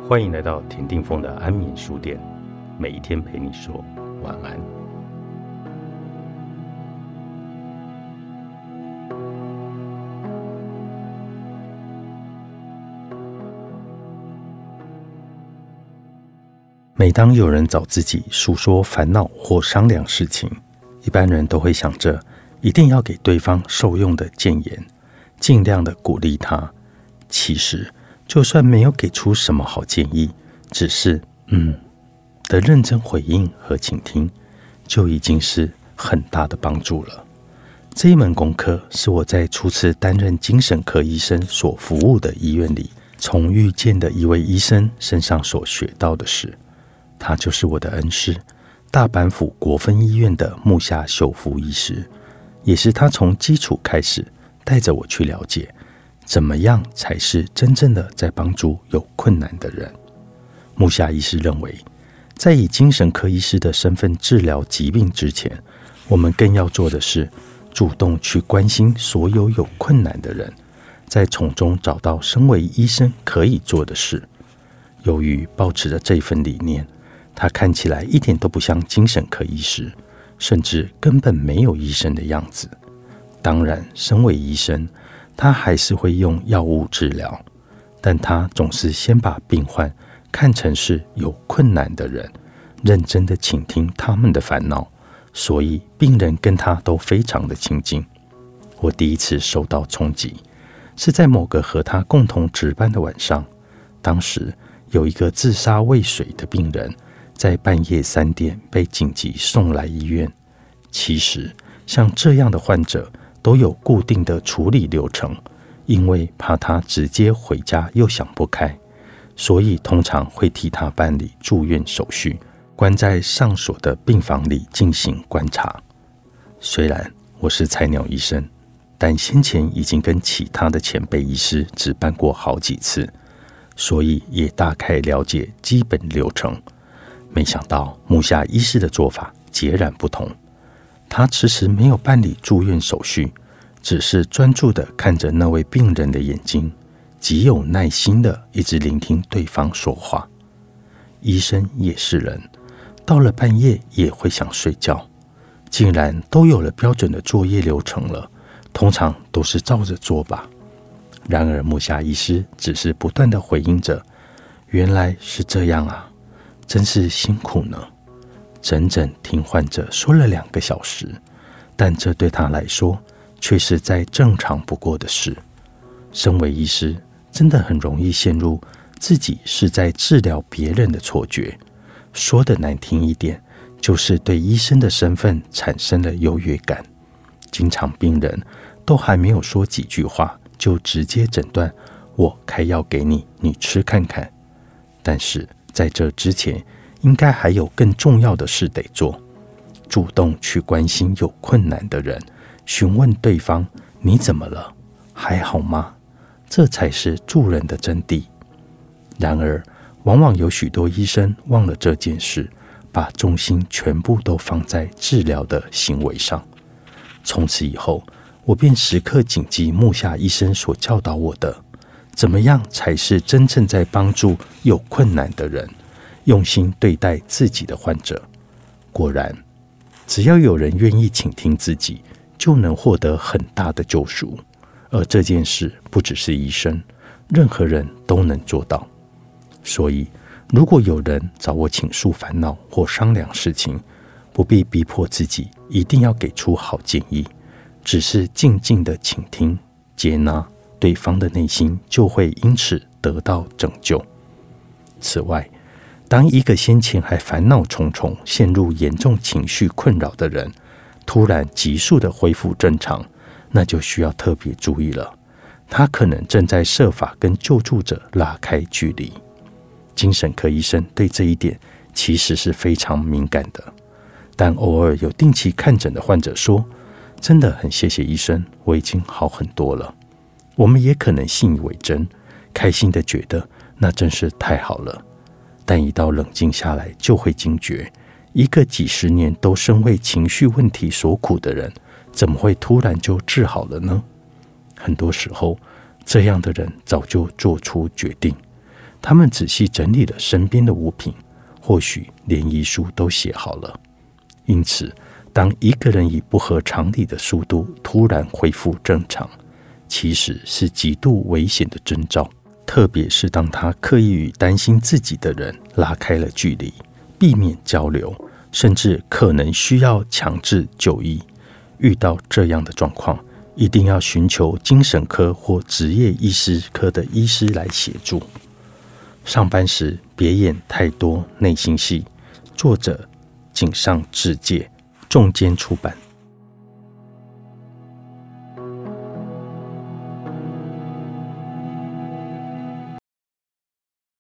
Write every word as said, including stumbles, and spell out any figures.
欢迎来到田定峰的安眠书店，每一天陪你说晚安。每当有人找自己诉说烦恼或商量事情，一般人都会想着一定要给对方受用的建言，尽量的鼓励他。其实就算没有给出什么好建议，只是嗯的认真回应和倾听，就已经是很大的帮助了。这一门功课是我在初次担任精神科医生所服务的医院里，从遇见的一位医生身上所学到的事。他就是我的恩师，大阪府国分医院的木下修夫医师，也是他从基础开始带着我去了解怎么样才是真正的在帮助有困难的人。木下医师认为，在以精神科医师的身份治疗疾病之前，我们更要做的是主动去关心所有有困难的人，再从中找到身为医生可以做的事。由于抱持着这份理念，他看起来一点都不像精神科医师，甚至根本没有医生的样子。当然，身为医生，他还是会用药物治疗，但他总是先把病患看成是有困难的人，认真的倾听他们的烦恼，所以病人跟他都非常的亲近。我第一次受到冲击，是在某个和他共同值班的晚上，当时有一个自杀未遂的病人，在半夜三点被紧急送来医院。其实像这样的患者都有固定的处理流程，因为怕他直接回家又想不开，所以通常会替他办理住院手续，关在上锁的病房里进行观察。虽然我是菜鸟医生，但先前已经跟其他的前辈医师值班过好几次，所以也大概了解基本流程。没想到木下医师的做法截然不同，他迟迟没有办理住院手续，只是专注地看着那位病人的眼睛，极有耐心地一直聆听对方说话。医生也是人，到了半夜也会想睡觉，竟然都有了标准的作业流程了，通常都是照着做吧。然而木下医师只是不断地回应着，原来是这样啊，真是辛苦呢。整整听患者说了两个小时，但这对他来说却是再正常不过的事。身为医师，真的很容易陷入自己是在治疗别人的错觉。说的难听一点，就是对医生的身份产生了优越感。经常病人都还没有说几句话，就直接诊断，我开药给你，你吃看看。但是在这之前，应该还有更重要的事得做，主动去关心有困难的人，询问对方你怎么了，还好吗？这才是助人的真谛。然而往往有许多医生忘了这件事，把重心全部都放在治疗的行为上。从此以后，我便时刻谨记木下医生所教导我的，怎么样才是真正在帮助有困难的人，用心对待自己的患者。果然，只要有人愿意倾听自己，就能获得很大的救赎。而这件事不只是医生，任何人都能做到。所以，如果有人找我倾诉烦恼或商量事情，不必逼迫自己一定要给出好建议，只是静静的倾听、接纳，对方的内心就会因此得到拯救。此外，当一个先前还烦恼重重、陷入严重情绪困扰的人，突然急速的恢复正常，那就需要特别注意了。他可能正在设法跟救助者拉开距离。精神科医生对这一点其实是非常敏感的，但偶尔有定期看诊的患者说，真的很谢谢医生，我已经好很多了。我们也可能信以为真，开心的觉得那真是太好了。但一到冷静下来，就会惊觉，一个几十年都身为情绪问题所苦的人，怎么会突然就治好了呢？很多时候，这样的人早就做出决定， 他们仔细整理了身边的物品，或许连遗书都写好了。因此，当一个人以不合常理的速度突然恢复正常，其实是极度危险的征兆。特别是当他刻意与担心自己的人拉开了距离，避免交流，甚至可能需要强制就医。遇到这样的状况，一定要寻求精神科或职业医师科的医师来协助。上班时别演太多内心戏。作者井上智介，重间出版。